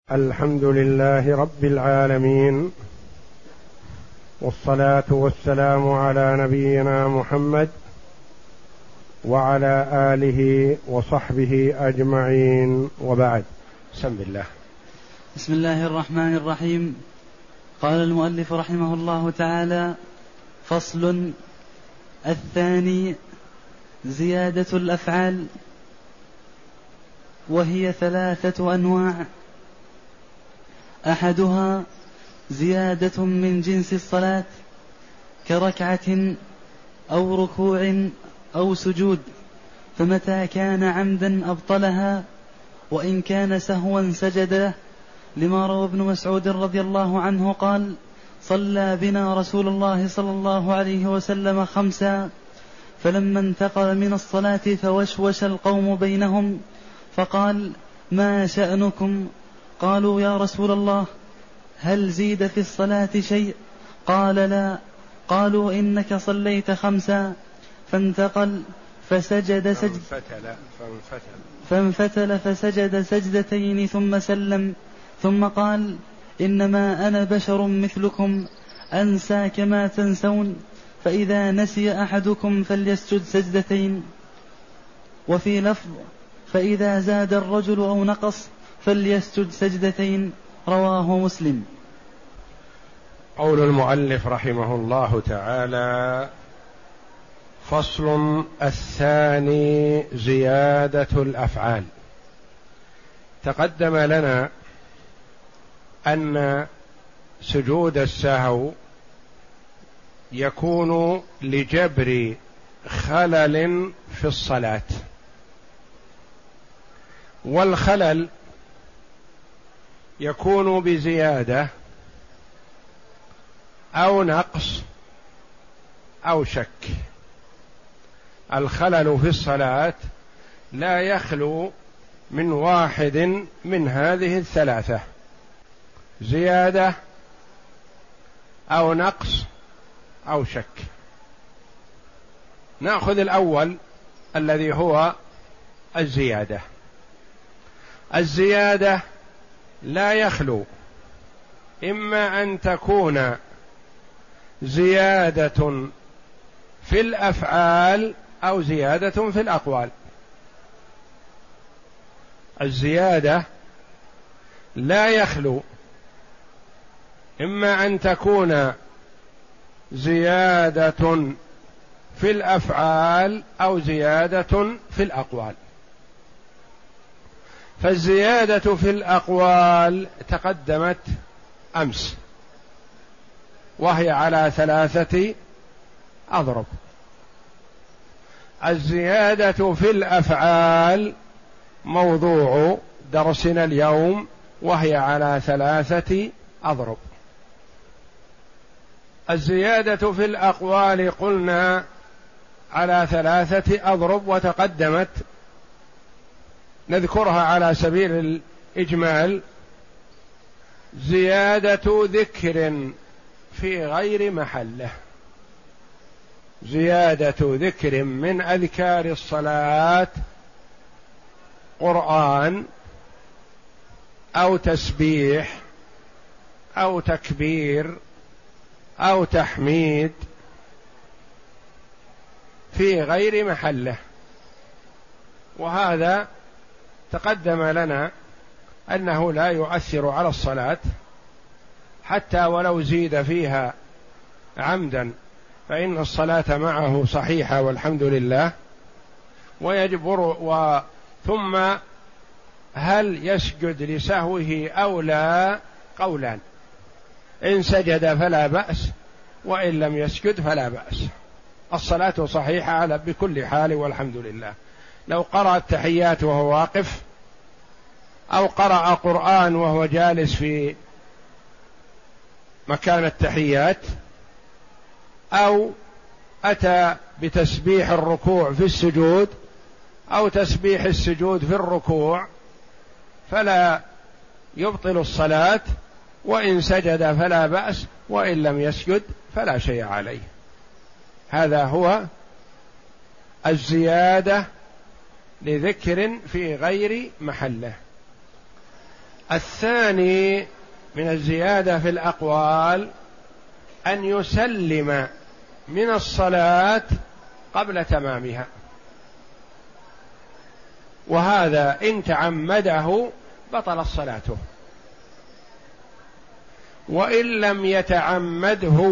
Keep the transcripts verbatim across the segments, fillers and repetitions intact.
الحمد لله رب العالمين، والصلاة والسلام على نبينا محمد وعلى آله وصحبه أجمعين، وبعد. بسم الله. بسم الله الرحمن الرحيم. قال المؤلف رحمه الله تعالى: فصل. الثاني زيادة الأفعال، وهي ثلاثة أنواع: أحدها زيادة من جنس الصلاة كركعة أو ركوع أو سجود، فمتى كان عمدا أبطلها، وإن كان سهوا سجد، لما روى ابن مسعود رضي الله عنه قال: صلى بنا رسول الله صلى الله عليه وسلم خمسا، فلما انتقل من الصلاة فوشوش القوم بينهم فقال: ما شأنكم؟ قالوا: يا رسول الله، هل زيد في الصلاة شيء؟ قال: لا. قالوا: إنك صليت خمسا. فانتقل فسجد سجد فانفتل, فانفتل, فانفتل فسجد سجدتين ثم سلم، ثم قال: إنما أنا بشر مثلكم أنسى كما تنسون، فإذا نسي أحدكم فليسجد سجدتين. وفي لفظ: فإذا زاد الرجل أو نقص فليسجد سجدتين، رواه مسلم. قول المؤلف رحمه الله تعالى: فصل. الثاني زيادة الأفعال. تقدم لنا أن سجود السهو يكون لجبر خلل في الصلاة، والخلل يكون بزيادة أو نقص أو شك. الخلل في الصلاة لا يخلو من واحد من هذه الثلاثة: زيادة أو نقص أو شك. نأخذ الأول الذي هو الزيادة. الزيادة لا يخلو إما أن تكون زيادة في الأفعال أو زيادة في الأقوال. الزيادة لا يخلو إما أن تكون زيادة في الأفعال أو زيادة في الأقوال. فالزيادة في الأقوال تقدمت أمس، وهي على ثلاثة أضرب. الزيادة في الأفعال موضوع درسنا اليوم، وهي على ثلاثة أضرب. الزيادة في الأقوال قلنا على ثلاثة أضرب، وتقدمت، نذكرها على سبيل الإجمال: زيادة ذكر في غير محله، زيادة ذكر من أذكار الصلاة، قرآن أو تسبيح أو تكبير أو تحميد، في غير محله. وهذا تقدم لنا أنه لا يؤثر على الصلاة، حتى ولو زيد فيها عمدا فإن الصلاة معه صحيحة والحمد لله. ويجبر و ثم هل يسجد لسهوه أو لا؟ قولان: إن سجد فلا بأس، وإن لم يسجد فلا بأس، الصلاة صحيحة على بكل حال والحمد لله. لو قرأ التحيات وهو واقف، أو قرأ قرآن وهو جالس في مكان التحيات، أو أتى بتسبيح الركوع في السجود، أو تسبيح السجود في الركوع، فلا يبطل الصلاة. وإن سجد فلا بأس، وإن لم يسجد فلا شيء عليه. هذا هو الزيادة لذكر في غير محله. الثاني من الزيادة في الأقوال أن يسلم من الصلاة قبل تمامها، وهذا إن تعمده بطلت صلاته، وإن لم يتعمده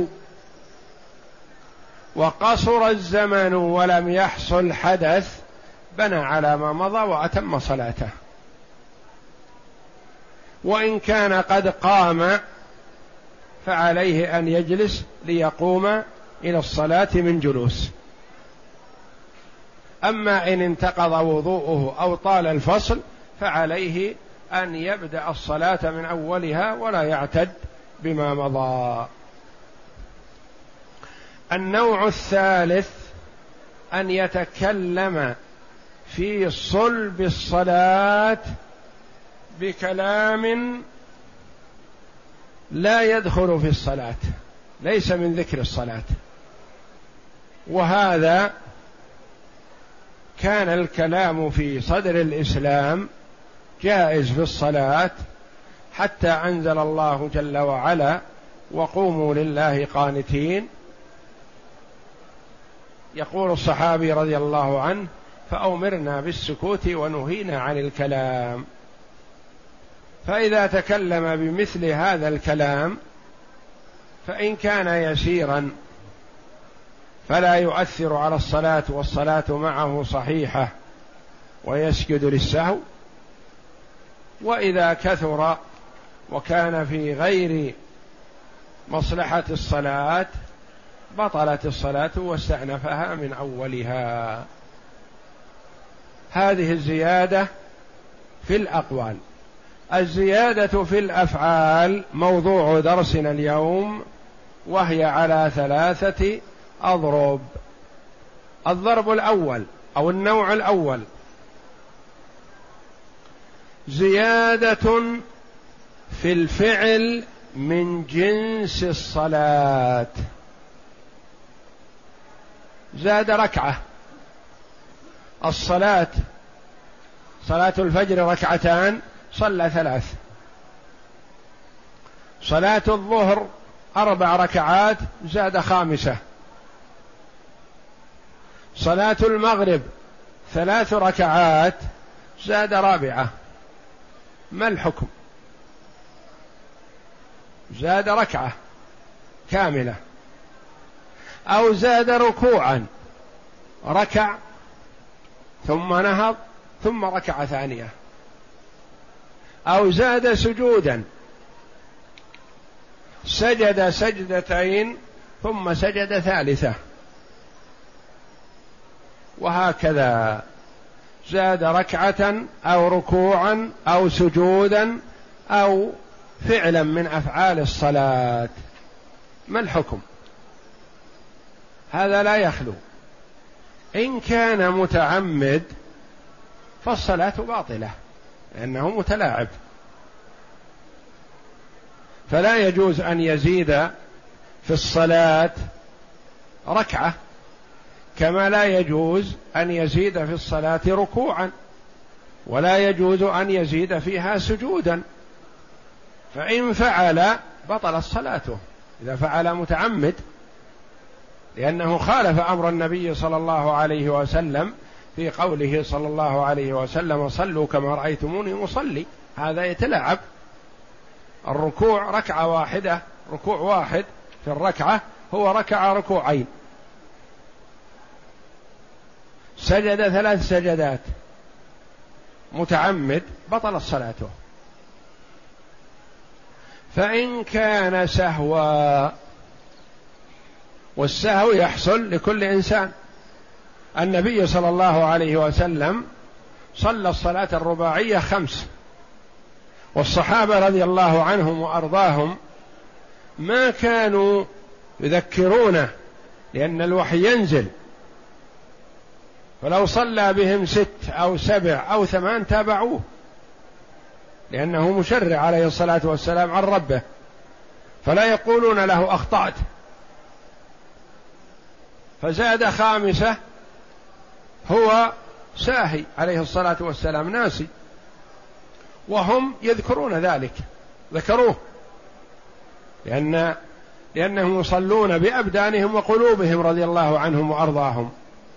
وقصر الزمن ولم يحصل حدث بنى على ما مضى وأتم صلاته. وإن كان قد قام فعليه أن يجلس ليقوم إلى الصلاة من جلوس. أما إن انتقض وضوءه أو طال الفصل فعليه أن يبدأ الصلاة من أولها ولا يعتد بما مضى. النوع الثالث أن يتكلم في صلب الصلاة بكلام لا يدخل في الصلاة، ليس من ذكر الصلاة، وهذا كان الكلام في صدر الإسلام جائز في الصلاة حتى أنزل الله جل وعلا وقوموا لله قانتين. يقول الصحابي رضي الله عنه: فأمرنا بالسكوت ونهينا عن الكلام. فإذا تكلم بمثل هذا الكلام فإن كان يسيرا فلا يؤثر على الصلاة والصلاة معه صحيحة ويسجد للسهو، وإذا كثر وكان في غير مصلحة الصلاة بطلت الصلاة واستأنفها من أولها. هذه الزيادة في الأقوال. الزيادة في الأفعال موضوع درسنا اليوم، وهي على ثلاثة أضرب. الضرب الأول أو النوع الأول زيادة في الفعل من جنس الصلاة. زاد ركعة. الصلاة صلاة الفجر ركعتان صلى ثلاث. صلاة الظهر أربع ركعات زاد خامسة. صلاة المغرب ثلاث ركعات زاد رابعة. ما الحكم؟ زاد ركعة كاملة، أو زاد ركوعا، ركع ثم نهض ثم ركعة ثانية، أو زاد سجودا، سجد سجدتين ثم سجد ثالثة، وهكذا زاد ركعة أو ركوعا أو سجودا أو فعلا من أفعال الصلاة. ما الحكم؟ هذا لا يخلو. إن كان متعمد فالصلاة باطلة لأنه متلاعب، فلا يجوز أن يزيد في الصلاة ركعة، كما لا يجوز أن يزيد في الصلاة ركوعا، ولا يجوز أن يزيد فيها سجودا. فإن فعل بطلت صلاته إذا فعل متعمد، لأنه خالف أمر النبي صلى الله عليه وسلم في قوله صلى الله عليه وسلم: صلوا كما رأيتموني أصلي. هذا يتلاعب. الركوع ركعة واحدة، ركوع واحد في الركعة، هو ركع ركوعين. سجد ثلاث سجدات متعمد بطلت صلاته. فإن كان سهوا، والسهو يحصل لكل إنسان. النبي صلى الله عليه وسلم صلى الصلاة الرباعية خمس، والصحابة رضي الله عنهم وأرضاهم ما كانوا يذكرونه لأن الوحي ينزل، فلو صلى بهم ست أو سبع أو ثمان تابعوه، لأنه مشرع عليه الصلاة والسلام عن ربه، فلا يقولون له أخطأت. فزاد خامسة هو ساهي عليه الصلاة والسلام، ناسي، وهم يذكرون ذلك، ذكروه، لأن لأنهم يصلون بأبدانهم وقلوبهم رضي الله عنهم وأرضاهم.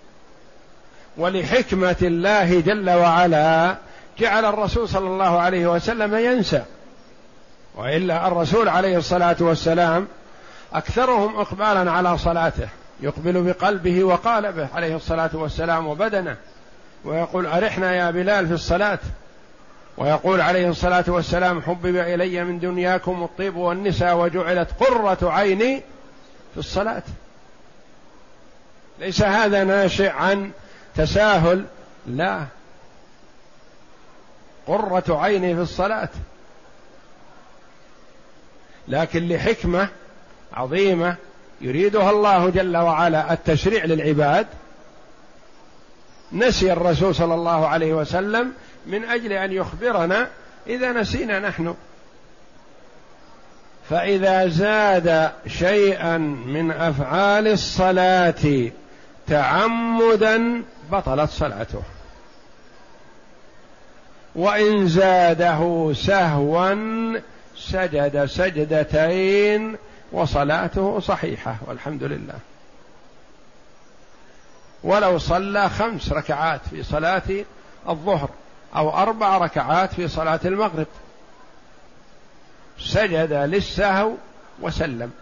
ولحكمة الله جل وعلا جعل الرسول صلى الله عليه وسلم ينسى، وإلا الرسول عليه الصلاة والسلام أكثرهم إقبالا على صلاته، يقبل بقلبه وقالبه عليه الصلاة والسلام وبدنه، ويقول أرحنا يا بلال في الصلاة، ويقول عليه الصلاة والسلام حبب إلي من دنياكم الطيب والنساء وجعلت قرة عيني في الصلاة. ليس هذا ناشئ عن تساهل، لا، قرة عيني في الصلاة، لكن لحكمة عظيمة يريدها الله جل وعلا التشريع للعباد، نسي الرسول صلى الله عليه وسلم من أجل أن يخبرنا إذا نسينا نحن. فإذا زاد شيئا من أفعال الصلاة تعمدا بطلت صلاته، وإن زاده سهوا سجد سجدتين وصلاته صحيحة والحمد لله. ولو صلى خمس ركعات في صلاة الظهر أو أربع ركعات في صلاة المغرب سجد للسهو وسلم.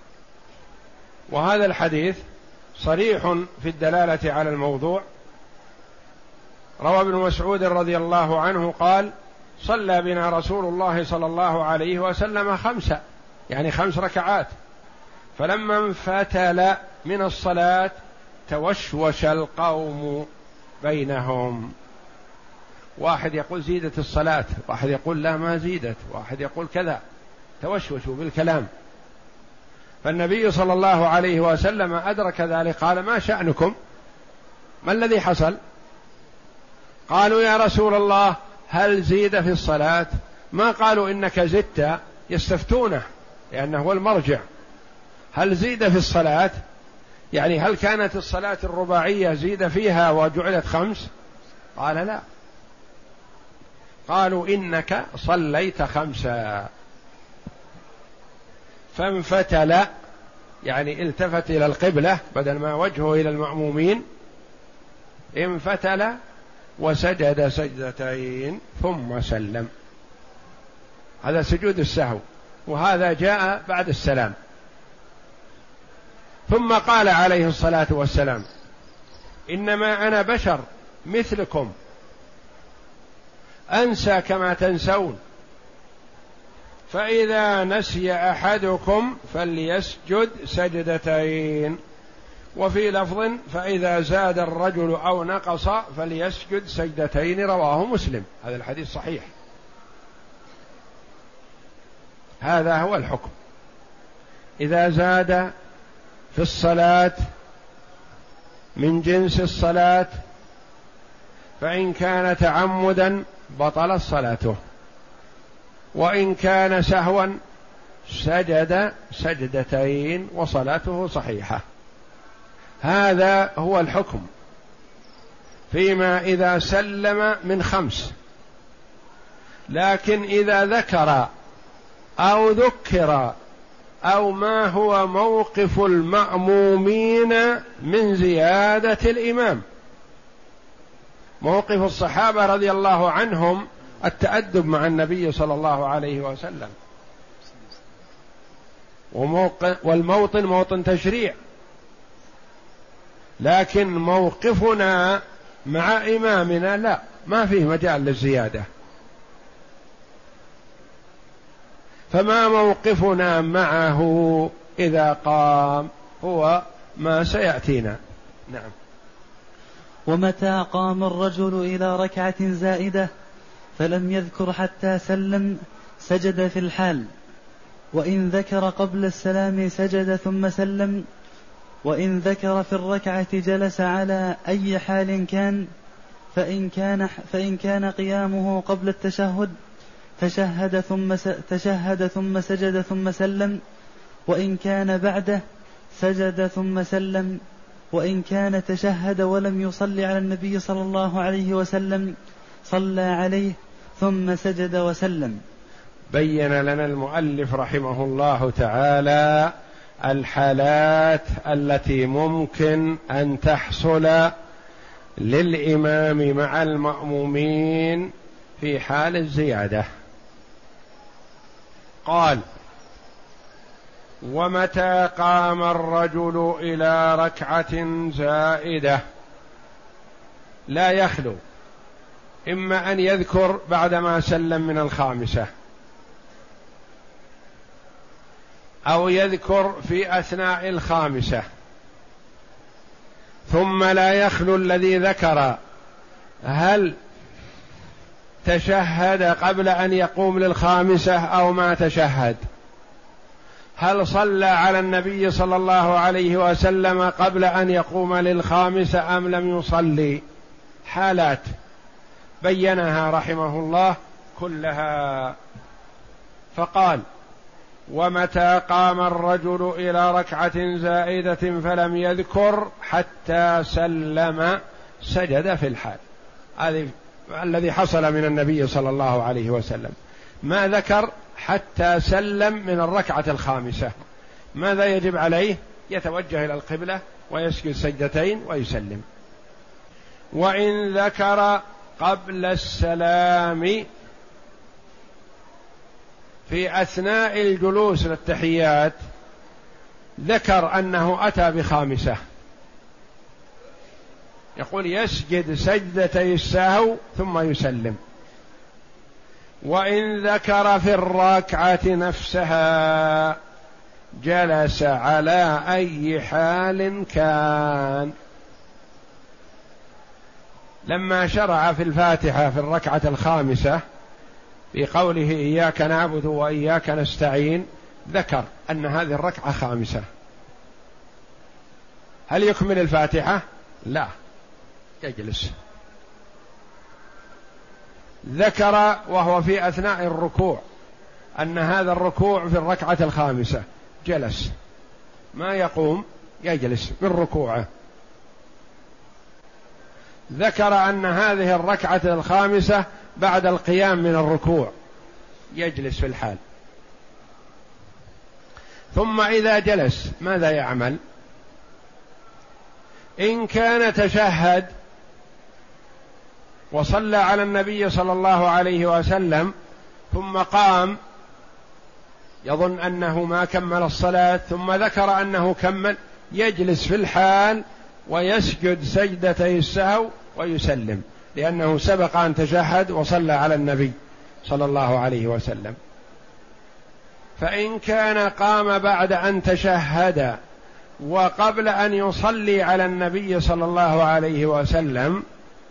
وهذا الحديث صريح في الدلالة على الموضوع. روى ابن مسعود رضي الله عنه قال صلى بنا رسول الله صلى الله عليه وسلم خمسة، يعني خمس ركعات، فلما انفتل من الصلاة توشوش القوم بينهم، واحد يقول زيدت الصلاة، واحد يقول لا ما زيدت، واحد يقول كذا، توشوشوا بالكلام. فالنبي صلى الله عليه وسلم أدرك ذلك، قال ما شأنكم؟ ما الذي حصل؟ قالوا يا رسول الله هل زيد في الصلاة؟ ما قالوا إنك زدت، يستفتونه لأنه هو المرجع. هل زيد في الصلاة؟ يعني هل كانت الصلاة الرباعية زيد فيها وجعلت خمس؟ قال لا. قالوا إنك صليت خمسا. فانفتل، يعني التفت إلى القبلة بدل ما وجهه إلى المأمومين، انفتل وسجد سجدتين ثم سلم. هذا سجود السهو، وهذا جاء بعد السلام. ثم قال عليه الصلاة والسلام إنما أنا بشر مثلكم أنسى كما تنسون، فإذا نسي أحدكم فليسجد سجدتين، وفي لفظ فإذا زاد الرجل أو نقص فليسجد سجدتين، رواه مسلم. هذا الحديث صحيح. هذا هو الحكم. إذا زاد في الصلاة من جنس الصلاة فإن كان تعمدا بطلت صلاته، وإن كان سهوا سجد سجدتين وصلاته صحيحة. هذا هو الحكم فيما إذا سلم من خمس. لكن إذا ذكر أو ذكر أو ما هو موقف المأمومين من زيادة الإمام، موقف الصحابة رضي الله عنهم التأدب مع النبي صلى الله عليه وسلم، والموطن موطن تشريع، لكن موقفنا مع إمامنا لا، ما فيه مجال للزيادة. فما موقفنا معه إذا قام هو ما سيأتينا. نعم. ومتى قام الرجل إلى ركعة زائدة فلم يذكر حتى سلم سجد في الحال، وإن ذكر قبل السلام سجد ثم سلم، وإن ذكر في الركعة جلس على أي حال كان، فإن كان, فإن كان قيامه قبل التشهد تشهد ثم تشهد ثم سجد ثم سلم، وإن كان بعده سجد ثم سلم، وإن كان تشهد ولم يصلي على النبي صلى الله عليه وسلم صلى عليه ثم سجد وسلم. بين لنا المؤلف رحمه الله تعالى الحالات التي ممكن أن تحصل للإمام مع المأمومين في حال الزيادة. قال: ومتى قام الرجل إلى ركعة زائدة لا يخلو، إما أن يذكر بعدما سلم من الخامسة، أو يذكر في أثناء الخامسة، ثم لا يخلو الذي ذكر هل تشهد قبل أن يقوم للخامسة أو ما تشهد، هل صلى على النبي صلى الله عليه وسلم قبل أن يقوم للخامسة أم لم يصلي. حالات بينها رحمه الله كلها. فقال: ومتى قام الرجل إلى ركعة زائدة فلم يذكر حتى سلم سجد في الحال. هذا الذي حصل من النبي صلى الله عليه وسلم، ما ذكر حتى سلم من الركعة الخامسة. ماذا يجب عليه؟ يتوجه إلى القبلة ويسجد سجدتين ويسلم. وإن ذكر قبل السلام في أثناء الجلوس للتحيات، ذكر أنه أتى بخامسة، يقول يسجد سجدتي السهو ثم يسلم. وإن ذكر في الركعة نفسها جلس على أي حال كان. لما شرع في الفاتحة في الركعة الخامسة في قوله إياك نعبد وإياك نستعين، ذكر أن هذه الركعة خامسة. هل يكمل الفاتحة؟ لا، يجلس. ذكر وهو في أثناء الركوع أن هذا الركوع في الركعة الخامسة، جلس، ما يقوم، يجلس من ركوعه. ذكر أن هذه الركعة الخامسة بعد القيام من الركوع، يجلس في الحال. ثم إذا جلس ماذا يعمل؟ إن كان تشهد وصلى على النبي صلى الله عليه وسلم ثم قام يظن أنه ما كمل الصلاة ثم ذكر أنه كمل، يجلس في الحال ويسجد سجدتي السهو ويسلم، لأنه سبق أن تشهد وصلى على النبي صلى الله عليه وسلم. فإن كان قام بعد أن تشهد وقبل أن يصلي على النبي صلى الله عليه وسلم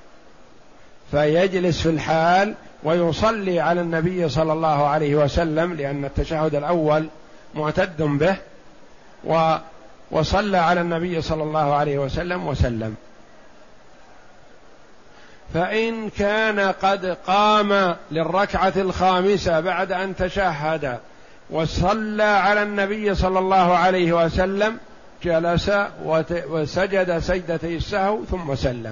فيجلس في الحال ويصلي على النبي صلى الله عليه وسلم، لأن التشهد الأول معتد به، وصلى على النبي صلى الله عليه وسلم وسلم. فإن كان قد قام للركعة الخامسة بعد أن تشهد وصلى على النبي صلى الله عليه وسلم جلس وسجد سجدتي السهو ثم سلم،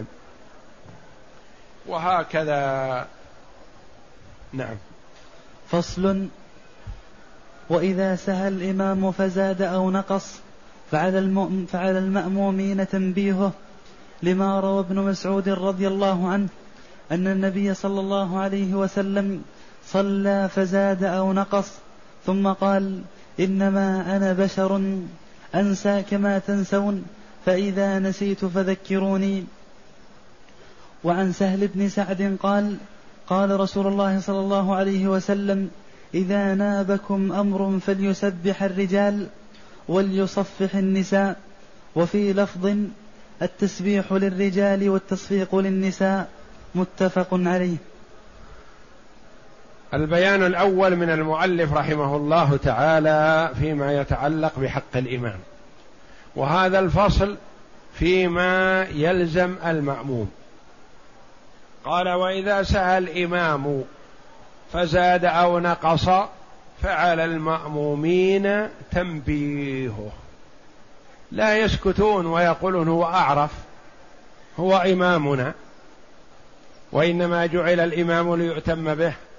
وهكذا. نعم. فصل: وإذا سهى الإمام فزاد أو نقص فعلى, المؤمن فعلى المأمومين تنبيهه، لما روى ابن مسعود رضي الله عنه أن النبي صلى الله عليه وسلم صلى فزاد أو نقص ثم قال: إنما أنا بشر أنسى كما تنسون، فإذا نسيت فذكروني. وعن سهل بن سعد قال: قال رسول الله صلى الله عليه وسلم: إذا نابكم أمر فليسبح الرجال وليصفح النساء. وفي لفظ: التسبيح للرجال والتصفيق للنساء. متفق عليه. البيان الأول من المؤلف رحمه الله تعالى فيما يتعلق بحق الإمام، وهذا الفصل فيما يلزم المأموم. قال: وإذا سهى الإمام فزاد أو نقص فعلى المأمومين تنبيهه. لا يسكتون ويقولون هو أعرف، هو إمامنا، وإنما جعل الإمام ليؤتم به،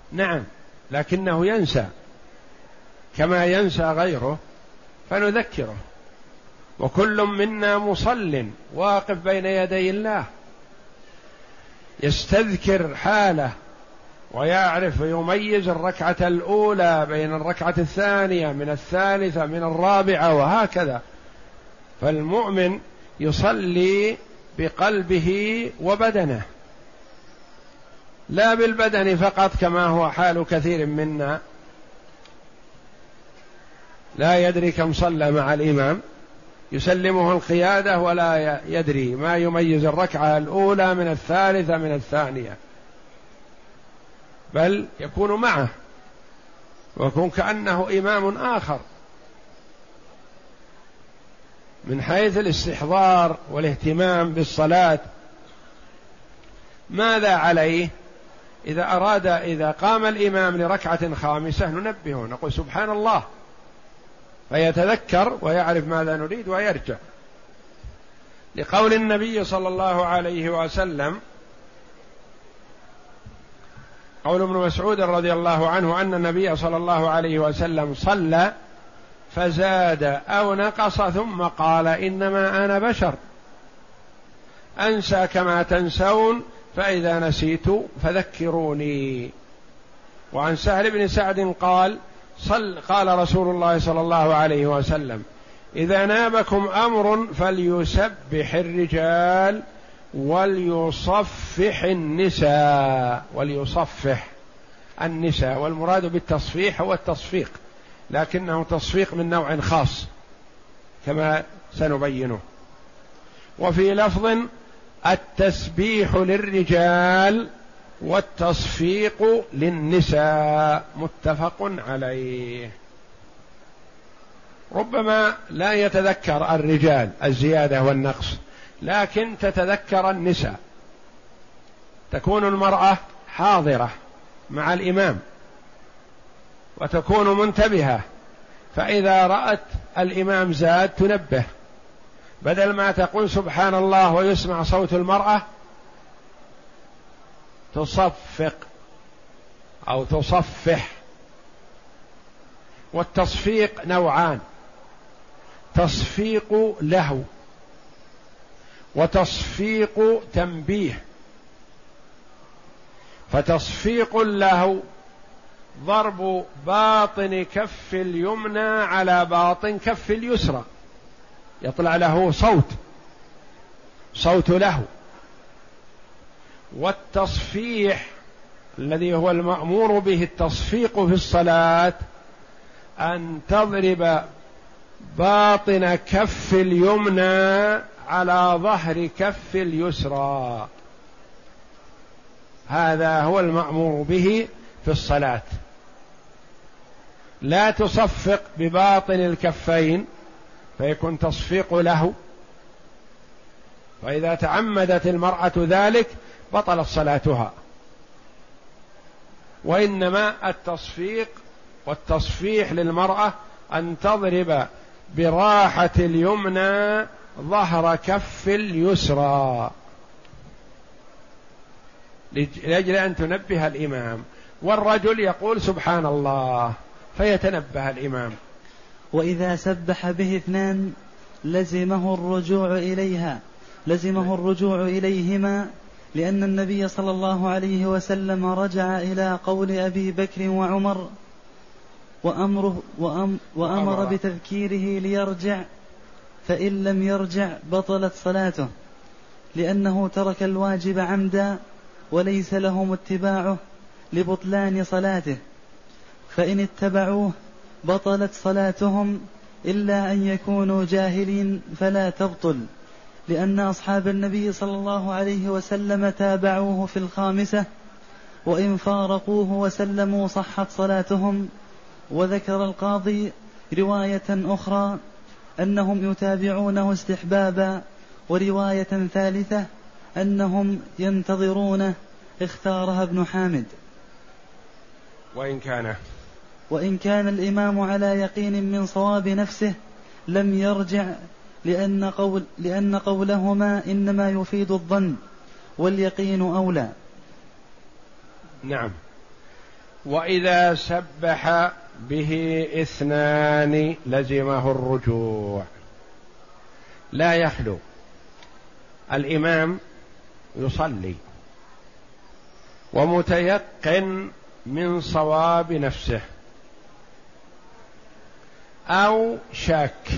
نعم، لكنه ينسى كما ينسى غيره فنذكره. وكل منا مصل واقف بين يدي الله يستذكر حاله ويعرف ويميز الركعة الأولى بين الركعة الثانية من الثالثة من الرابعة وهكذا. فالمؤمن يصلي بقلبه وبدنه، لا بالبدن فقط كما هو حال كثير منا، لا يدري كم صلى مع الإمام، يسلمه القيادة ولا يدري ما يميز الركعة الأولى من الثالثة من الثانية، بل يكون معه ويكون كأنه إمام آخر. من حيث الاستحضار والاهتمام بالصلاة، ماذا عليه؟ إذا أراد إذا قام الإمام لركعة خامسة ننبهه نقول سبحان الله، فيتذكر ويعرف ماذا نريد ويرجع، لقول النبي صلى الله عليه وسلم، قول ابن مسعود رضي الله عنه أن النبي صلى الله عليه وسلم صلى فزاد أو نقص ثم قال إنما أنا بشر أنسى كما تنسون فإذا نسيت فذكروني. وعن سهل بن سعد قال صل قال رسول الله صلى الله عليه وسلم إذا نابكم أمر فليسبح الرجال وليصفح النساء. وليصفح النساء، والمراد بالتصفيح هو التصفيق، لكنه تصفيق من نوع خاص كما سنبينه. وفي لفظ التسبيح للرجال والتصفيق للنساء، متفق عليه. ربما لا يتذكر الرجال الزيادة والنقص، لكن تتذكر النساء، تكون المرأة حاضرة مع الإمام وتكون منتبهة، فإذا رأت الإمام زاد تنبه، بدل ما تقول سبحان الله ويسمع صوت المرأة تصفق أو تصفح. والتصفيق نوعان: تصفيق لهو وتصفيق تنبيه. فتصفيق اللهو ضرب باطن كف اليمنى على باطن كف اليسرى، يطلع له صوت صوت لهو. والتصفيح الذي هو المأمور به التصفيق في الصلاة أن تضرب باطن كف اليمنى على ظهر كف اليسرى، هذا هو المأمور به في الصلاة. لا تصفق بباطن الكفين فيكون تصفيق له، فإذا تعمدت المرأة ذلك بطلت صلاتها. وإنما التصفيق والتصفيح للمرأة أن تضرب براحة اليمنى ظهر كف اليسرى لأجل أن تنبه الإمام. والرجل يقول سبحان الله فيتنبه الإمام. وإذا سبح به اثنان لزمه الرجوع إليها لزمه الرجوع إليهما، لأن النبي صلى الله عليه وسلم رجع إلى قول أبي بكر وعمر وأمره وأم وأمر بتذكيره ليرجع، فإن لم يرجع بطلت صلاته، لأنه ترك الواجب عمدا وليس لهم اتباعه لبطلان صلاته، فإن اتبعوه بطلت صلاتهم إلا أن يكونوا جاهلين فلا تبطل، لأن أصحاب النبي صلى الله عليه وسلم تابعوه في الخامسة، وإن فارقوه وسلموا صحت صلاتهم. وذكر القاضي رواية أخرى أنهم يتابعونه استحبابا، ورواية ثالثة أنهم ينتظرونه اختارها ابن حامد. وإن كان وإن كان الإمام على يقين من صواب نفسه لم يرجع، لأن, قول لأن قولهما إنما يفيد الظن واليقين أولى. نعم. وإذا سبح به اثنان لزمه الرجوع. لا يخلو الإمام يصلي ومتيقن من صواب نفسه أو شاك.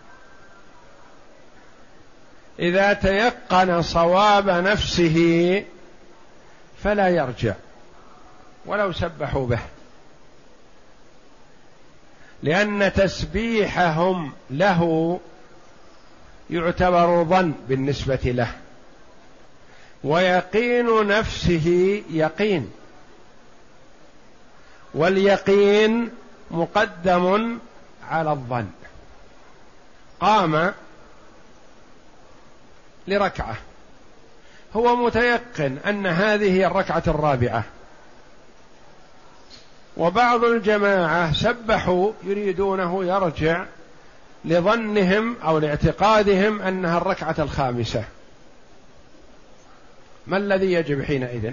إذا تيقن صواب نفسه فلا يرجع ولو سبحوا به، لأن تسبيحهم له يعتبر ظن بالنسبة له، ويقين نفسه يقين، واليقين مقدم على الظن. قام لركعة هو متيقن أن هذه هي الركعة الرابعة، وبعض الجماعة سبحوا يريدونه يرجع لظنهم أو لاعتقادهم أنها الركعة الخامسة. ما الذي يجب حينئذ؟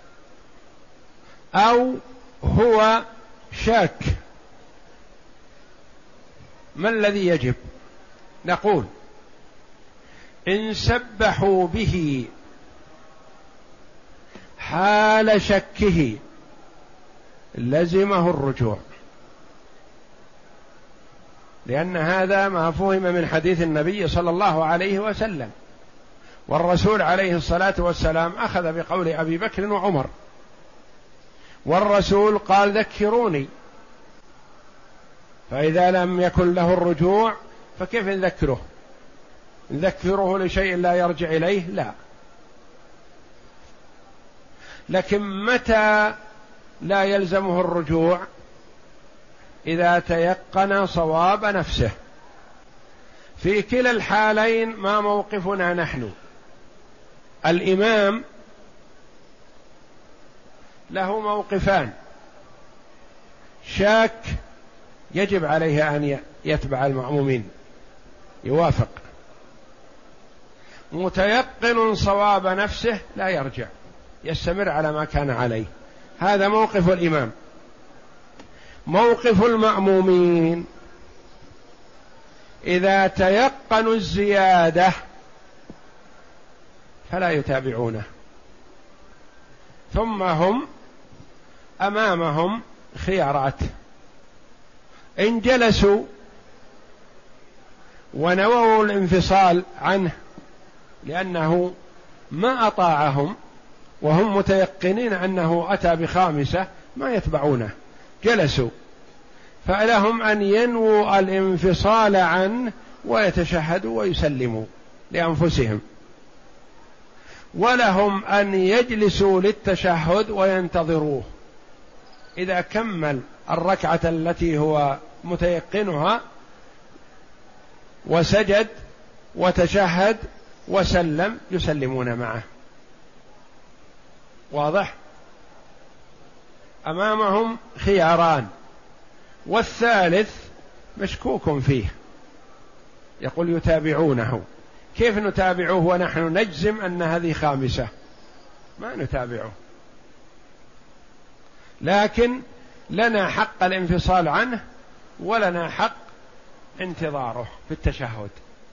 أو هو شاك، ما الذي يجب؟ نقول إن سبحوا به حال شكه لزمه الرجوع، لأن هذا ما فهم من حديث النبي صلى الله عليه وسلم، والرسول عليه الصلاة والسلام أخذ بقول أبي بكر وعمر، والرسول قال ذكروني، فإذا لم يكن له الرجوع فكيف نذكره؟ نذكره لشيء لا يرجع إليه؟ لا. لكن متى لا يلزمه الرجوع؟ إذا تيقن صواب نفسه. في كلا الحالين ما موقفنا نحن؟ الإمام له موقفان: شاك يجب عليه أن يتبع المأمومين يوافق، متيقن صواب نفسه لا يرجع يستمر على ما كان عليه. هذا موقف الإمام. موقف المأمومين: إذا تيقنوا الزيادة فلا يتابعونه، ثم هم أمامهم خيارات: إن جلسوا ونووا الانفصال عنه لأنه ما أطاعهم وهم متيقنين أنه أتى بخامسة ما يتبعونه، جلسوا، فلهم أن ينووا الانفصال عنه ويتشهدوا ويسلموا لأنفسهم، ولهم أن يجلسوا للتشهد وينتظروه. إذا كمل الركعة التي هو متيقنها وسجد وتشهد وسلم يسلمون معه. واضح؟ أمامهم خياران، والثالث مشكوك فيه، يقول يتابعونه. كيف نتابعه ونحن نجزم أن هذه خامسة؟ ما نتابعه، لكن لنا حق الانفصال عنه ولنا حق انتظاره في التشهد.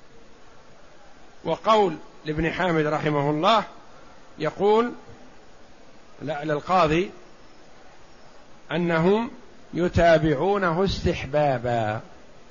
وقول لابن حامد رحمه الله يقول لا للقاضي أنهم يتابعونه استحبابا.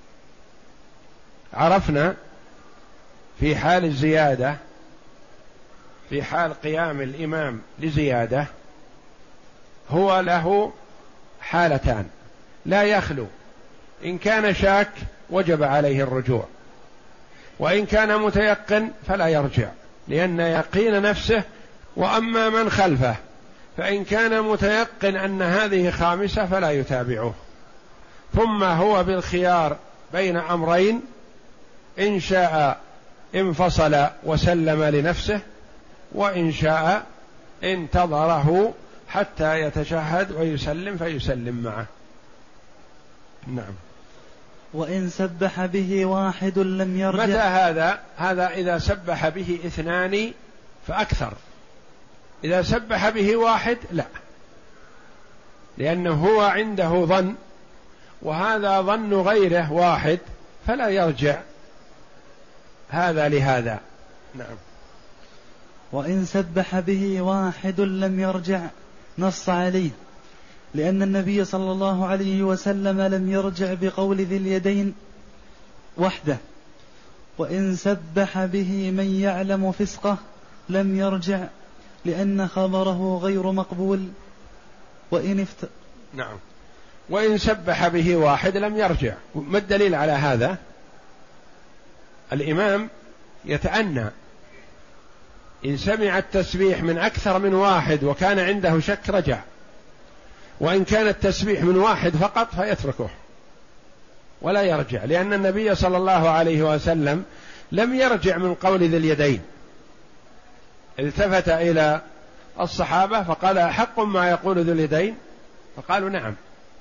عرفنا في حال الزيادة، في حال قيام الإمام لزيادة هو له حالتان لا يخلو: إن كان شاك وجب عليه الرجوع، وإن كان متيقن فلا يرجع لأن يقين نفسه. وأما من خلفه فإن كان متيقن أن هذه خامسة فلا يتابعه، ثم هو بالخيار بين أمرين: إن شاء انفصل وسلم لنفسه، وإن شاء انتظره حتى يتشهد ويسلم فيسلم معه. نعم. وإن سبح به واحد لم يرجع. متى هذا؟ هذا إذا سبح به اثنان فأكثر. إذا سبح به واحد لا لأنه هو عنده ظن وهذا ظن غيره واحد، فلا يرجع هذا لهذا. نعم. وإن سبح به واحد لم يرجع نص عليه، لأن النبي صلى الله عليه وسلم لم يرجع بقول ذي اليدين وحده. وإن سبح به من يعلم فسقه لم يرجع، لأن خبره غير مقبول. وإن افت... نعم. وإن سبح به واحد لم يرجع، ما الدليل على هذا؟ الإمام يتأنى، إن سمع التسبيح من أكثر من واحد وكان عنده شك رجع، وإن كان التسبيح من واحد فقط فيتركه ولا يرجع، لأن النبي صلى الله عليه وسلم لم يرجع من قول ذي اليدين، التفت إلى الصحابة فقال: أحق ما يقول ذو اليدين؟ فقالوا: نعم،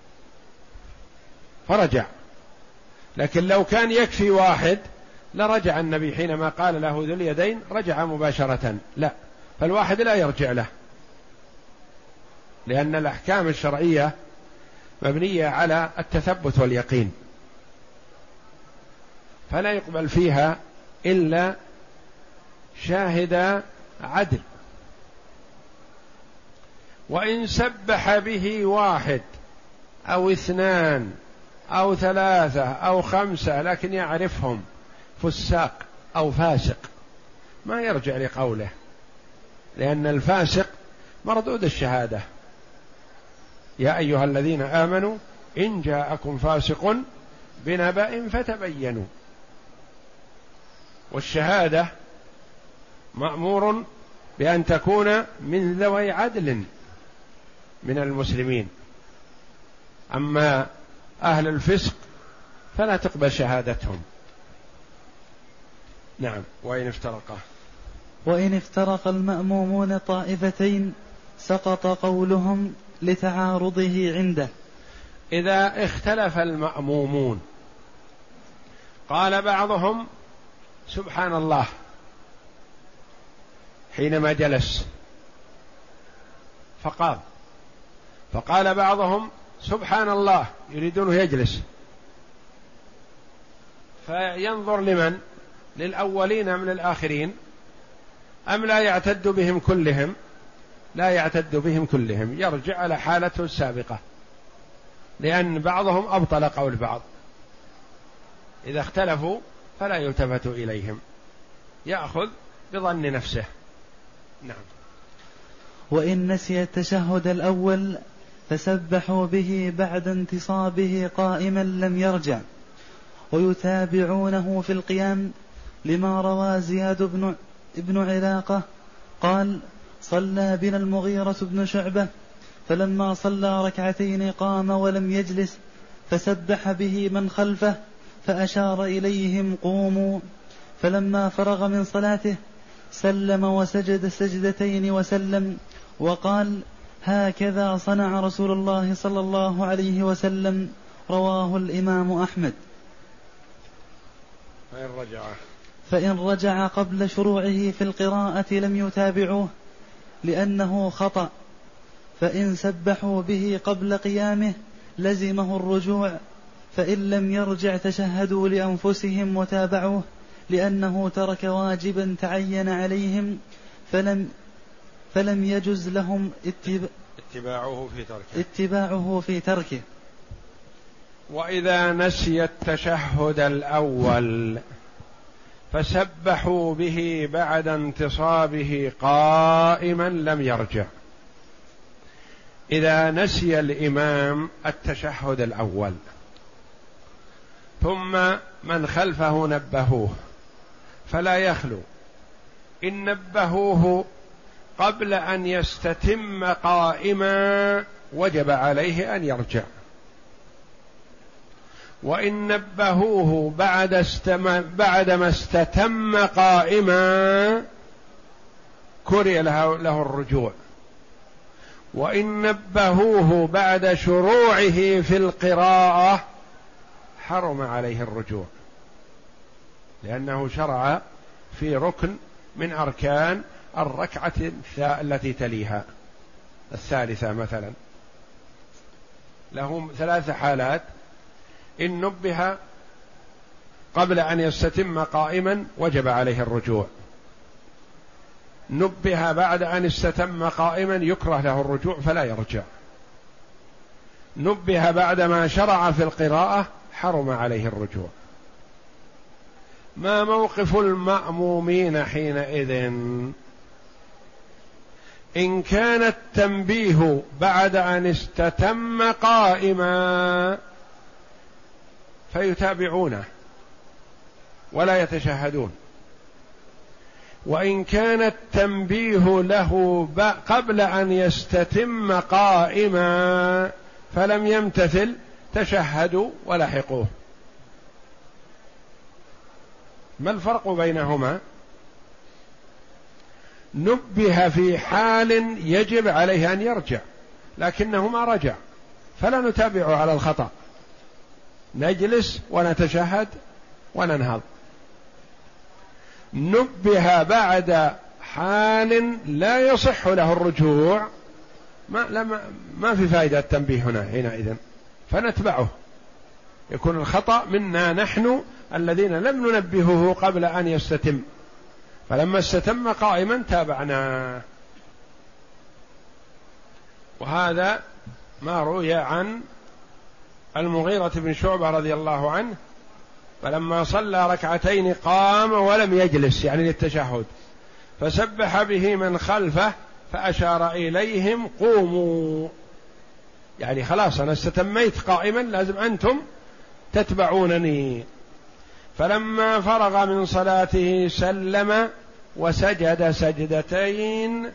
فرجع. لكن لو كان يكفي واحد لرجع النبي، حينما قال له ذو اليدين رجع مباشرة. لا، فالواحد لا يرجع له، لأن الأحكام الشرعية مبنية على التثبت واليقين، فلا يقبل فيها إلا شاهد عدل. وإن سبح به واحد أو اثنان أو ثلاثة أو خمسة لكن يعرفهم فساق أو فاسق، ما يرجع لقوله، لأن الفاسق مردود الشهادة. يا أيها الذين آمنوا إن جاءكم فاسق بنبأ فتبينوا. والشهادة مأمور بأن تكون من ذوي عدل من المسلمين، أما أهل الفسق فلا تقبل شهادتهم. نعم. وإن افترقا وإن افترق المأمومون طائفتين سقط قولهم لتعارضه عنده. إذا اختلف المأمومون، قال بعضهم سبحان الله حينما جلس فقام، فقال بعضهم سبحان الله يريدونه يجلس، فينظر لمن؟ للأولين أم للآخرين؟ أم لا يعتد بهم كلهم؟ لا يعتد بهم كلهم، يرجع على حالته السابقة، لأن بعضهم أبطل قول بعض. إذا اختلفوا فلا يلتفت إليهم، يأخذ بظن نفسه. نعم. وإن نسي التشهد الأول فسبحوا به بعد انتصابه قائما لم يرجع، ويتابعونه في القيام، لما روى زياد بن, ابن علاقة قال: صلى بنا المغيرة بن شعبة، فلما صلى ركعتين قام ولم يجلس، فسبح به من خلفه، فأشار إليهم قوموا، فلما فرغ من صلاته سلم وسجد سجدتين وسلم، وقال: هكذا صنع رسول الله صلى الله عليه وسلم. رواه الإمام أحمد. فإن رجع فإن رجع قبل شروعه في القراءة لم يتابعوه لأنه خطأ، فإن سبحوا به قبل قيامه لزمه الرجوع، فإن لم يرجع تشهدوا لأنفسهم وتابعوه، لأنه ترك واجبا تعين عليهم، فلم فلم يجز لهم اتباعه في تركه اتباعه في تركه. وإذا نسي التشهد الأول فسبحوا به بعد انتصابه قائما لم يرجع. إذا نسي الإمام التشهد الأول ثم من خلفه نبهوه، فلا يخلو إن نبهوه قبل أن يستتم قائما وجب عليه أن يرجع، وإن نبهوه بعد استم... بعدما استتم قائما كره له... له الرجوع، وإن نبهوه بعد شروعه في القراءة حرم عليه الرجوع، لأنه شرع في ركن من أركان الركعة التي تليها الثالثة مثلا. له ثلاث حالات: إن نبه قبل أن يستتم قائما وجب عليه الرجوع، نبه بعد أن استتم قائما يكره له الرجوع فلا يرجع، نبه بعدما شرع في القراءة حرم عليه الرجوع. ما موقف المأمومين حينئذ؟ إن كان التنبيه بعد أن استتم قائما فيتابعونه ولا يتشهدون، وإن كان التنبيه له قبل أن يستتم قائما فلم يمتثل تشهدوا ولحقوه. ما الفرق بينهما؟ نبه في حال يجب عليه أن يرجع لكنه ما رجع فلا نتابعه على الخطأ، نجلس ونتشهد وننهض. نبه بعد حال لا يصح له الرجوع، ما, لما ما في فائدة التنبيه هنا حينئذ فنتبعه، يكون الخطأ منا نحن الذين لم ننبهه قبل أن يستتم، فلما استتم قائما تابعناه. وهذا ما روي عن المغيرة بن شعبة رضي الله عنه، فلما صلى ركعتين قام ولم يجلس يعني للتشهد، فسبح به من خلفه فأشار إليهم قوموا، يعني خلاص أنا استتميت قائما لازم أنتم تتبعونني. فلما فرغ من صلاته سلم وسجد سجدتين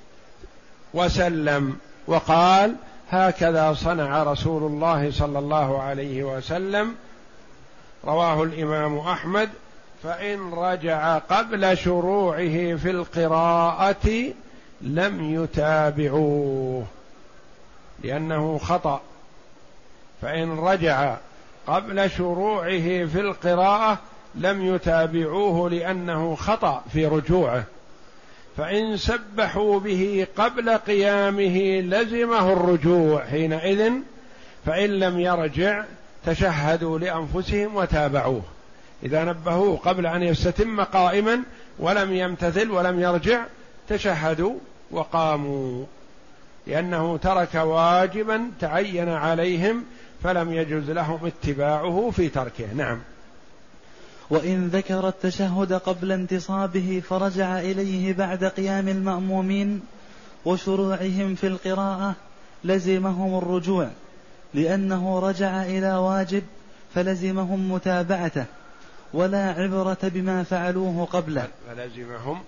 وسلم وقال: هكذا صنع رسول الله صلى الله عليه وسلم. رواه الإمام أحمد. فإن رجع قبل شروعه في القراءة لم يتابعوه لأنه خطأ، فإن رجع قبل شروعه في القراءة لم يتابعوه لأنه خطأ في رجوعه. فإن سبحوا به قبل قيامه لزمه الرجوع حينئذ، فإن لم يرجع تشهدوا لأنفسهم وتابعوه. إذا نبهوه قبل أن يستتم قائما ولم يمتثل ولم يرجع تشهدوا وقاموا، لأنه ترك واجبا تعين عليهم فلم يجوز لهم اتباعه في تركه. نعم. وإن ذكر التشهد قبل انتصابه فرجع إليه بعد قيام المأمومين وشروعهم في القراءة لزمهم الرجوع، لأنه رجع إلى واجب فلزمهم متابعته، ولا عبرة بما فعلوه قبله. فلزمهم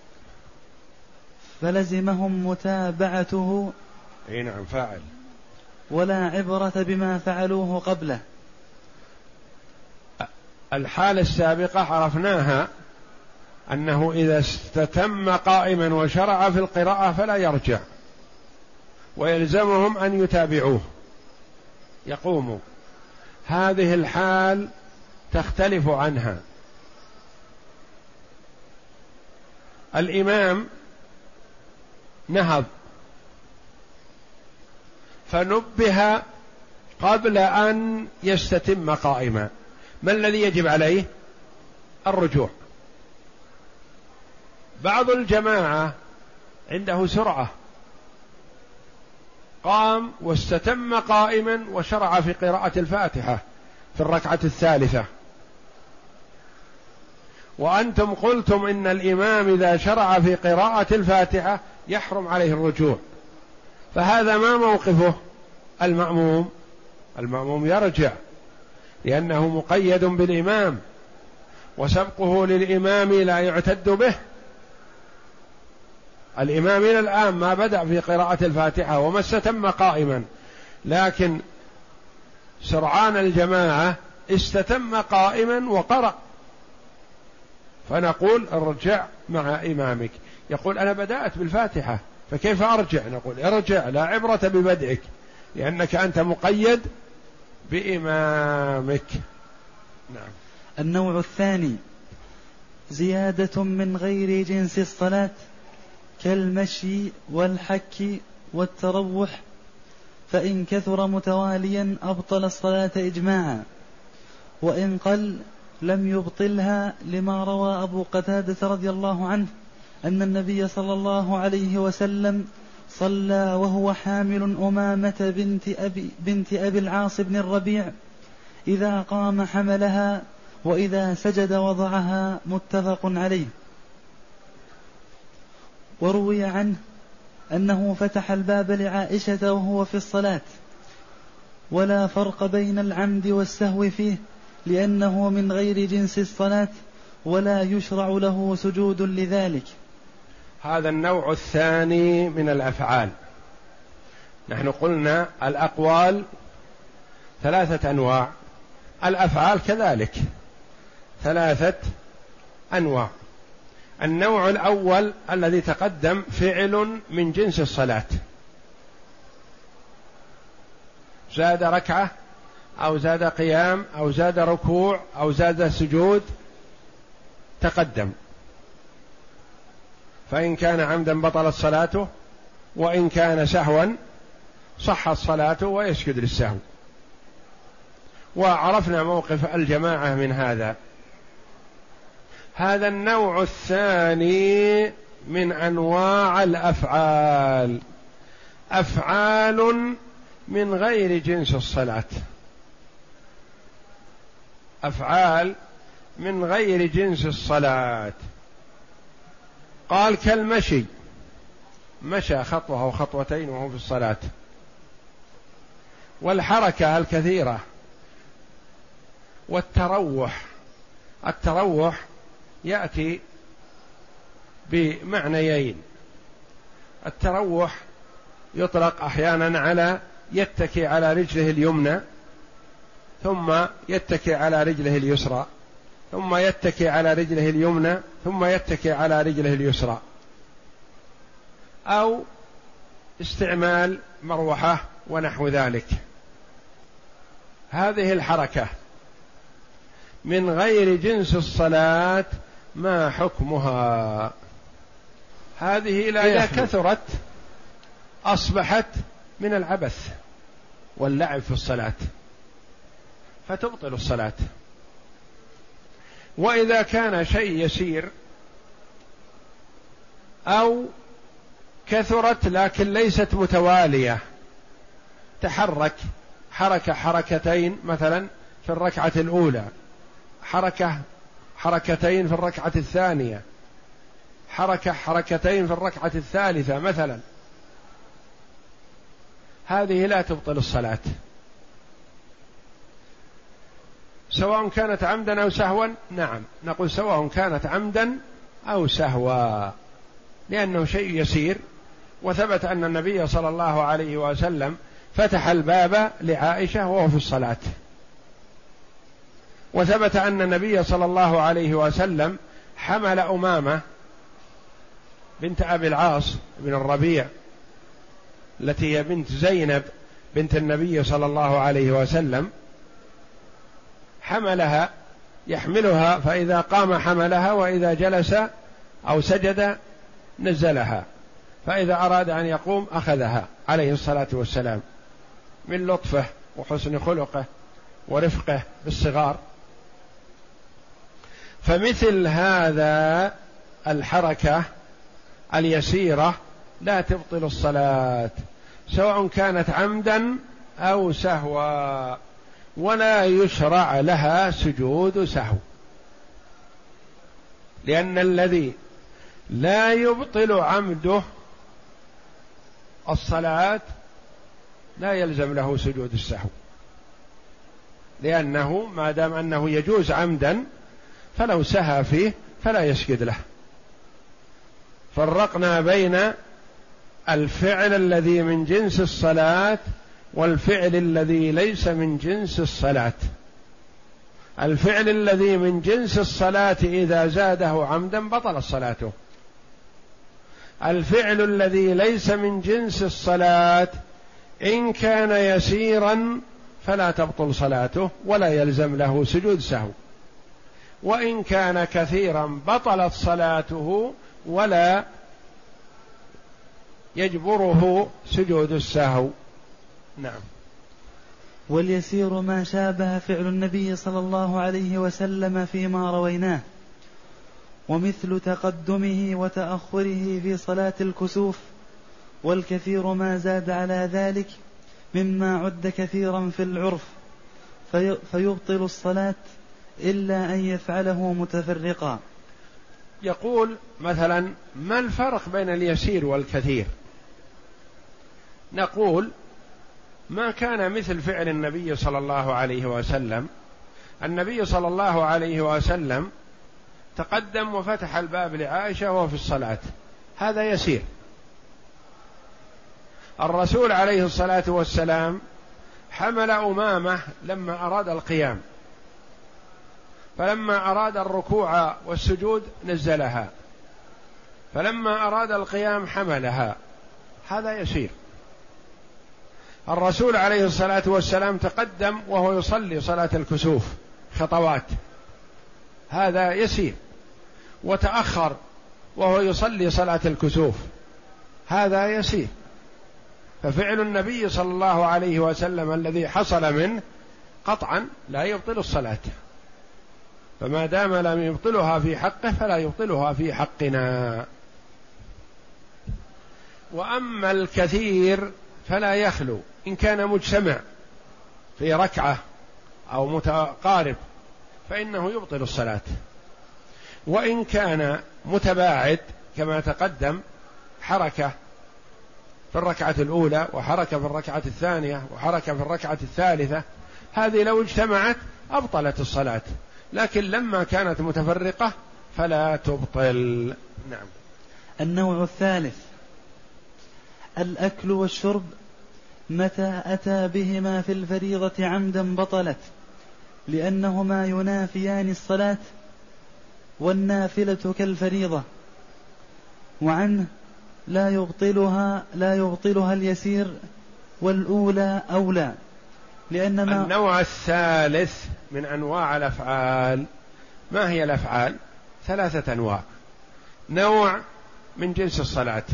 فلزمهم متابعته. أي نعم فاعل. ولا عبرة بما فعلوه قبله. الحالة السابقة عرفناها أنه إذا استتم قائما وشرع في القراءة فلا يرجع ويلزمهم أن يتابعوه يقوموا. هذه الحال تختلف عنها. الإمام نهض فنبه قبل أن يستتم قائما، ما الذي يجب عليه؟ الرجوع. بعض الجماعة عنده سرعة، قام واستتم قائما وشرع في قراءة الفاتحة في الركعة الثالثة، وأنتم قلتم إن الإمام إذا شرع في قراءة الفاتحة يحرم عليه الرجوع، فهذا ما موقفه المأموم؟ المأموم يرجع لأنه مقيد بالإمام، وسبقه للإمام لا يعتد به. الإمام إلى الآن ما بدأ في قراءة الفاتحة وما استتم قائما، لكن سرعان الجماعة استتم قائما وقرأ، فنقول ارجع مع إمامك. يقول أنا بدأت بالفاتحة فكيف أرجع؟ نقول ارجع، لا عبرة ببدئك لأنك أنت مقيد بإمامك. نعم. النوع الثاني زيادة من غير جنس الصلاة كالمشي والحك والتروح فإن كثر متواليا أبطل الصلاة إجماعا، وإن قل لم يبطلها، لما روى أبو قتادة رضي الله عنه أن النبي صلى الله عليه وسلم صلى وهو حامل أمامة بنت أبي, بنت أبي العاص بن الربيع، إذا قام حملها وإذا سجد وضعها، متفق عليه. وروي عنه أنه فتح الباب لعائشة وهو في الصلاة، ولا فرق بين العمد والسهو فيه، لأنه من غير جنس الصلاة ولا يشرع له سجود لذلك. هذا النوع الثاني من الأفعال. نحن قلنا الأقوال ثلاثة أنواع، الأفعال كذلك ثلاثة أنواع. النوع الأول الذي تقدم فعل من جنس الصلاة، زاد ركعة أو زاد قيام أو زاد ركوع أو زاد سجود، تقدم، فإن كان عمدا بطلت صلاته، وإن كان سهوا صحت صلاته ويسجد للسهو. وعرفنا موقف الجماعة من هذا. هذا النوع الثاني من أنواع الأفعال، أفعال من غير جنس الصلاة، أفعال من غير جنس الصلاة. قال كالمشي، مشى خطوة أو خطوتين وهو في الصلاة، والحركة الكثيرة، والتروح. التروح يأتي بمعنيين. التروح يطلق أحيانا على يتكي على رجله اليمنى ثم يتكي على رجله اليسرى، ثم يتكي على رجله اليمنى ثم يتكي على رجله اليسرى، أو استعمال مروحة ونحو ذلك. هذه الحركة من غير جنس الصلاة ما حكمها؟ هذه لا إذا كثرت أصبحت من العبث واللعب في الصلاة فتبطل الصلاة. وإذا كان شيء يسير أو كثرت لكن ليست متوالية، تحرك حركة حركتين مثلا في الركعة الأولى، حركة حركتين في الركعة الثانية، حركة حركتين في الركعة الثالثة مثلا، هذه لا تبطل الصلاة، سواء كانت عمدا أو سهوا. نعم، نقول سواء كانت عمدا أو سهوا، لأنه شيء يسير. وثبت أن النبي صلى الله عليه وسلم فتح الباب لعائشة وهو في الصلاة، وثبت أن النبي صلى الله عليه وسلم حمل أمامة بنت أبي العاص بن الربيع التي هي بنت زينب بنت النبي صلى الله عليه وسلم، حملها يحملها، فإذا قام حملها وإذا جلس أو سجد نزلها، فإذا أراد أن يقوم أخذها عليه الصلاة والسلام، من لطفه وحسن خلقه ورفقه بالصغار. فمثل هذا الحركة اليسيرة لا تبطل الصلاة سواء كانت عمدا أو سهوا، ولا يشرع لها سجود سهو، لأن الذي لا يبطل عمده الصلاة لا يلزم له سجود السهو، لأنه ما دام أنه يجوز عمدا فلو سهى فيه فلا يسجد له. فرقنا بين الفعل الذي من جنس الصلاة والفعل الذي ليس من جنس الصلاة. الفعل الذي من جنس الصلاة إذا زاده عمدا بطلت صلاته. الفعل الذي ليس من جنس الصلاة إن كان يسيرا فلا تبطل صلاته ولا يلزم له سجود سهو، وإن كان كثيرا بطلت صلاته ولا يجبره سجود السهو. نعم. واليسير ما شابه فعل النبي صلى الله عليه وسلم فيما رويناه، ومثل تقدمه وتأخره في صلاة الكسوف، والكثير ما زاد على ذلك مما عد كثيرا في العرف في فيبطل الصلاة إلا أن يفعله متفرقا. يقول مثلا: ما الفرق بين اليسير والكثير؟ نقول: ما كان مثل فعل النبي صلى الله عليه وسلم. النبي صلى الله عليه وسلم تقدم وفتح الباب لعائشة وهو في الصلاة، هذا يسير. الرسول عليه الصلاة والسلام حمل أمامة لما أراد القيام، فلما أراد الركوع والسجود نزلها، فلما أراد القيام حملها، هذا يسير. الرسول عليه الصلاة والسلام تقدم وهو يصلي صلاة الكسوف خطوات، هذا يسير، وتأخر وهو يصلي صلاة الكسوف، هذا يسير. ففعل النبي صلى الله عليه وسلم الذي حصل منه قطعا لا يبطل الصلاة، فما دام لم يبطلها في حقه فلا يبطلها في حقنا. وأما الكثير فلا يخلو، إن كان مجتمع في ركعة أو متقارب فإنه يبطل الصلاة، وإن كان متباعد كما تقدم، حركة في الركعة الأولى وحركة في الركعة الثانية وحركة في الركعة الثالثة، هذه لو اجتمعت أبطلت الصلاة، لكن لما كانت متفرقة فلا تبطل. نعم. النوع الثالث الأكل والشرب، متى أتى بهما في الفريضة عمدا بطلت، لأنهما ينافيان الصلاة، والنافلة كالفريضة، وعنه لا يبطلها لا يبطلها اليسير، والأولى أولى، لأنما النوع الثالث من أنواع الأفعال. ما هي الأفعال؟ ثلاثة أنواع: نوع من جنس الصلاة،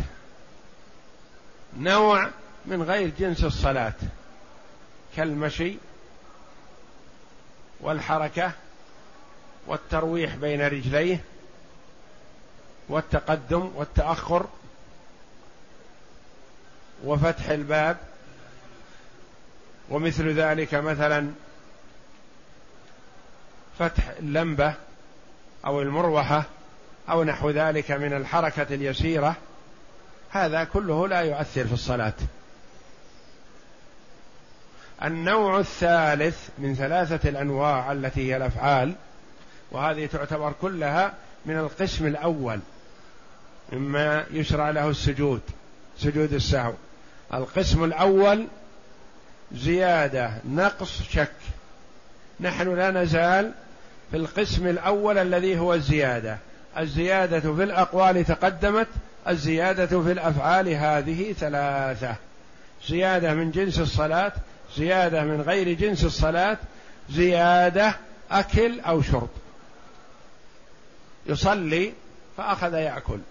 نوع من غير جنس الصلاة كالمشي والحركة والترويح بين رجليه والتقدم والتأخر وفتح الباب، ومثل ذلك مثلا فتح اللمبة أو المروحة أو نحو ذلك من الحركة اليسيرة، هذا كله لا يؤثر في الصلاة. النوع الثالث من ثلاثة الأنواع التي هي الأفعال، وهذه تعتبر كلها من القسم الأول مما يشرع له السجود، سجود السهو. القسم الأول زيادة، نقص، شك. نحن لا نزال في القسم الأول الذي هو الزيادة. الزيادة في الأقوال تقدمت، الزيادة في الأفعال هذه ثلاثة: زيادة من جنس الصلاة، زيادة من غير جنس الصلاة، زيادة أكل أو شرب. يصلي فأخذ يأكل،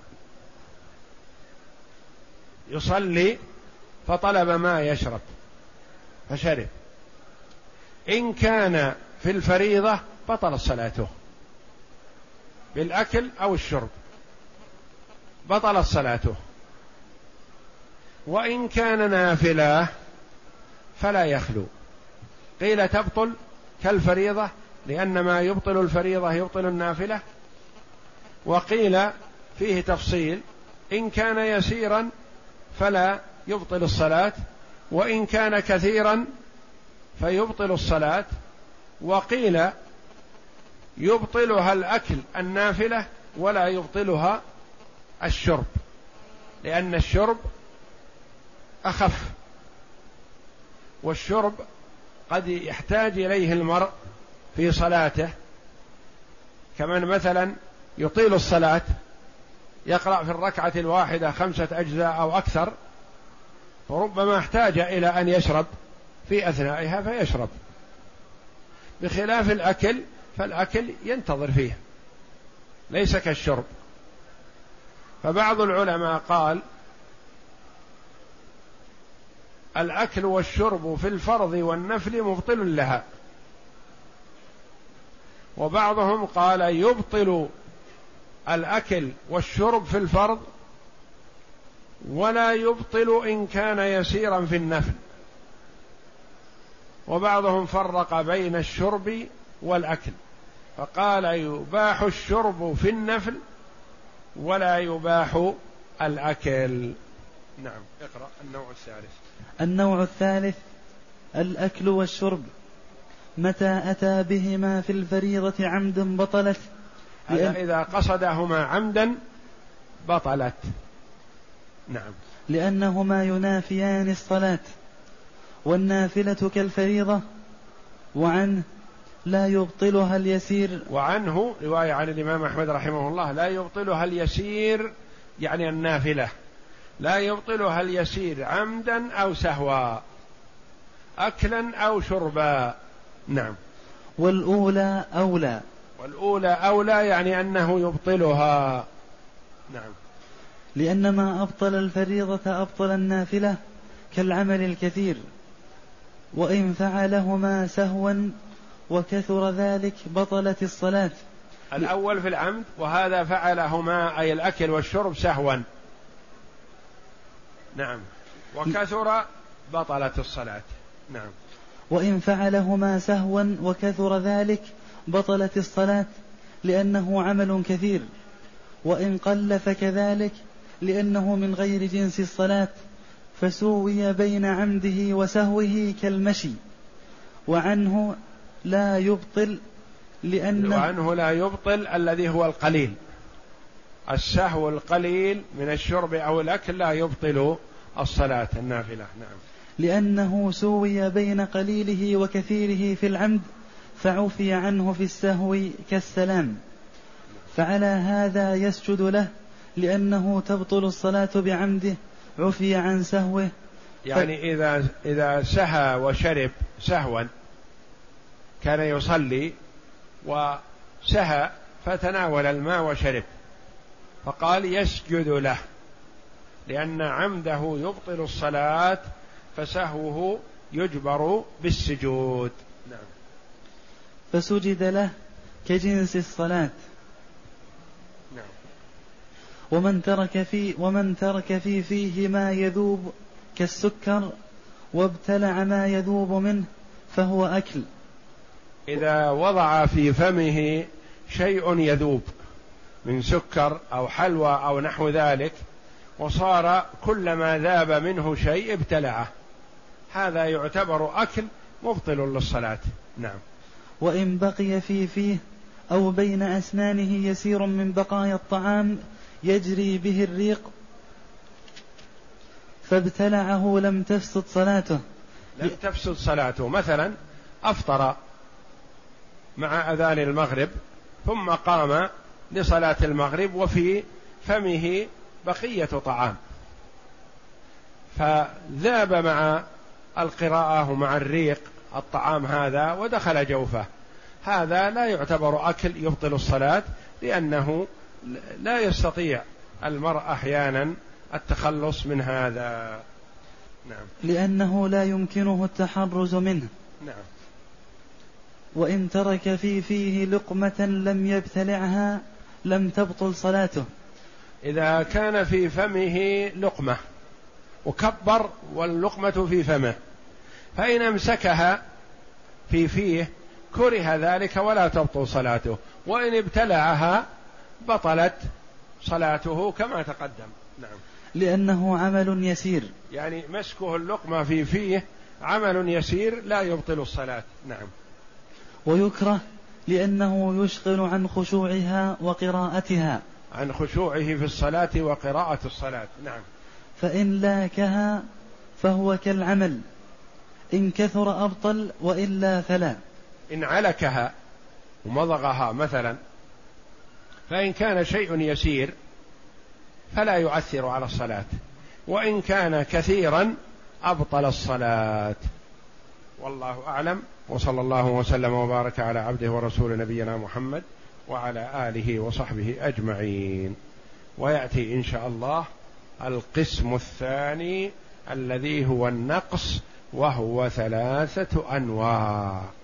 يصلي فطلب ما يشرب فشرب. إن كان في الفريضة بطل صلاته بالأكل أو الشرب، بطلت صلاته. وإن كان نافلة فلا يخلو، قيل تبطل كالفريضة لأن ما يبطل الفريضة يبطل النافلة، وقيل فيه تفصيل: إن كان يسيرا فلا يبطل الصلاة، وإن كان كثيرا فيبطل الصلاة، وقيل يبطلها الأكل النافلة ولا يبطلها الشرب، لأن الشرب أخف، والشرب قد يحتاج إليه المرء في صلاته، كمن مثلا يطيل الصلاة يقرأ في الركعة الواحدة خمسة أجزاء أو أكثر، وربما احتاج إلى أن يشرب في أثنائها فيشرب، بخلاف الأكل فالأكل ينتظر فيه ليس كالشرب. فبعض العلماء قال الأكل والشرب في الفرض والنفل مبطل لها، وبعضهم قال يبطل الأكل والشرب في الفرض ولا يبطل إن كان يسيرا في النفل، وبعضهم فرق بين الشرب والأكل فقال يباح الشرب في النفل ولا يباح الأكل. نعم، اقرأ النوع الثالث. النوع الثالث الأكل والشرب متى أتى بهما في الفريضة عمدا بطلت، لأن إذا قصدهما عمدا بطلت. نعم، لأنهما ينافيان الصلاة، والنافلة كالفريضة، وعنه لا يبطلها اليسير. وعنه رواية عن الإمام أحمد رحمه الله لا يبطلها اليسير، يعني النافلة لا يبطلها اليسير عمدا أو سهوا، أكلا أو شربا. نعم. والأولى أولى. والأولى أولى يعني أنه يبطلها. نعم. لأن ما أبطل الفريضة أبطل النافلة كالعمل الكثير، وإن فعلهما سهوا وكثر ذلك بطلت الصلاة. الأول في العمد، وهذا فعلهما أي الأكل والشرب سهوا. نعم. وكثر بطلت الصلاة. نعم. وإن فعلهما سهوا وكثر ذلك بطلت الصلاة لأنه عمل كثير، وإن قل فكذلك لأنه من غير جنس الصلاة، فسوي بين عمده وسهوه كالمشي. وعنه لا يبطل لأنه وعنه لا يبطل الذي هو القليل، السهو القليل من الشرب أو الأكل لا يبطل الصلاة النافلة. نعم. لأنه سوي بين قليله وكثيره في العمد، فعفي عنه في السهو كالسلام، فعلى هذا يسجد له لأنه تبطل الصلاة بعمده عفي عن سهوه. يعني ف... إذا إذا سهى وشرب سهوا، كان يصلي وسهى فتناول الماء وشرب، فقال يسجد له لأن عمده يبطل الصلاة، فسهوه يجبر بالسجود. نعم. فسجد له كجنس الصلاة. نعم. ومن ترك في ومن ترك في فيه ما يذوب كالسكر وابتلع ما يذوب منه فهو أكل. إذا وضع في فمه شيء يذوب من سكر أو حلوى أو نحو ذلك، وصار كلما ذاب منه شيء ابتلعه، هذا يعتبر أكل مبطل للصلاة. نعم. وإن بقي في فيه أو بين أسنانه يسير من بقايا الطعام يجري به الريق فابتلعه لم تفسد صلاته. لم تفسد صلاته. مثلا أفطر مع أذان المغرب ثم قام لصلاة المغرب وفي فمه بقية طعام، فذاب مع القراءة ومع الريق الطعام هذا ودخل جوفه، هذا لا يعتبر أكل يبطل الصلاة، لأنه لا يستطيع المرء أحيانا التخلص من هذا. نعم. لأنه لا يمكنه التحرز منه. نعم. وإن ترك في فيه لقمة لم يبتلعها لم تبطل صلاته. إذا كان في فمه لقمة وكبر واللقمة في فمه، فإن أمسكها في فيه كره ذلك ولا تبطل صلاته، وإن ابتلعها بطلت صلاته كما تقدم. نعم. لأنه عمل يسير، يعني مسكه اللقمة في فيه عمل يسير لا يبطل الصلاة. نعم. ويكره لأنه يشغل عن خشوعها وقراءتها، عن خشوعه في الصلاة وقراءة الصلاة. نعم. فإن لاكها فهو كالعمل، إن كثر أبطل وإلا فلا. إن علكها ومضغها مثلا، فإن كان شيء يسير فلا يؤثر على الصلاة، وإن كان كثيرا أبطل الصلاة. والله أعلم، وصلى الله وسلم وبارك على عبده ورسول نبينا محمد وعلى آله وصحبه أجمعين. ويأتي إن شاء الله القسم الثاني الذي هو النقص، وهو ثلاثة أنواع.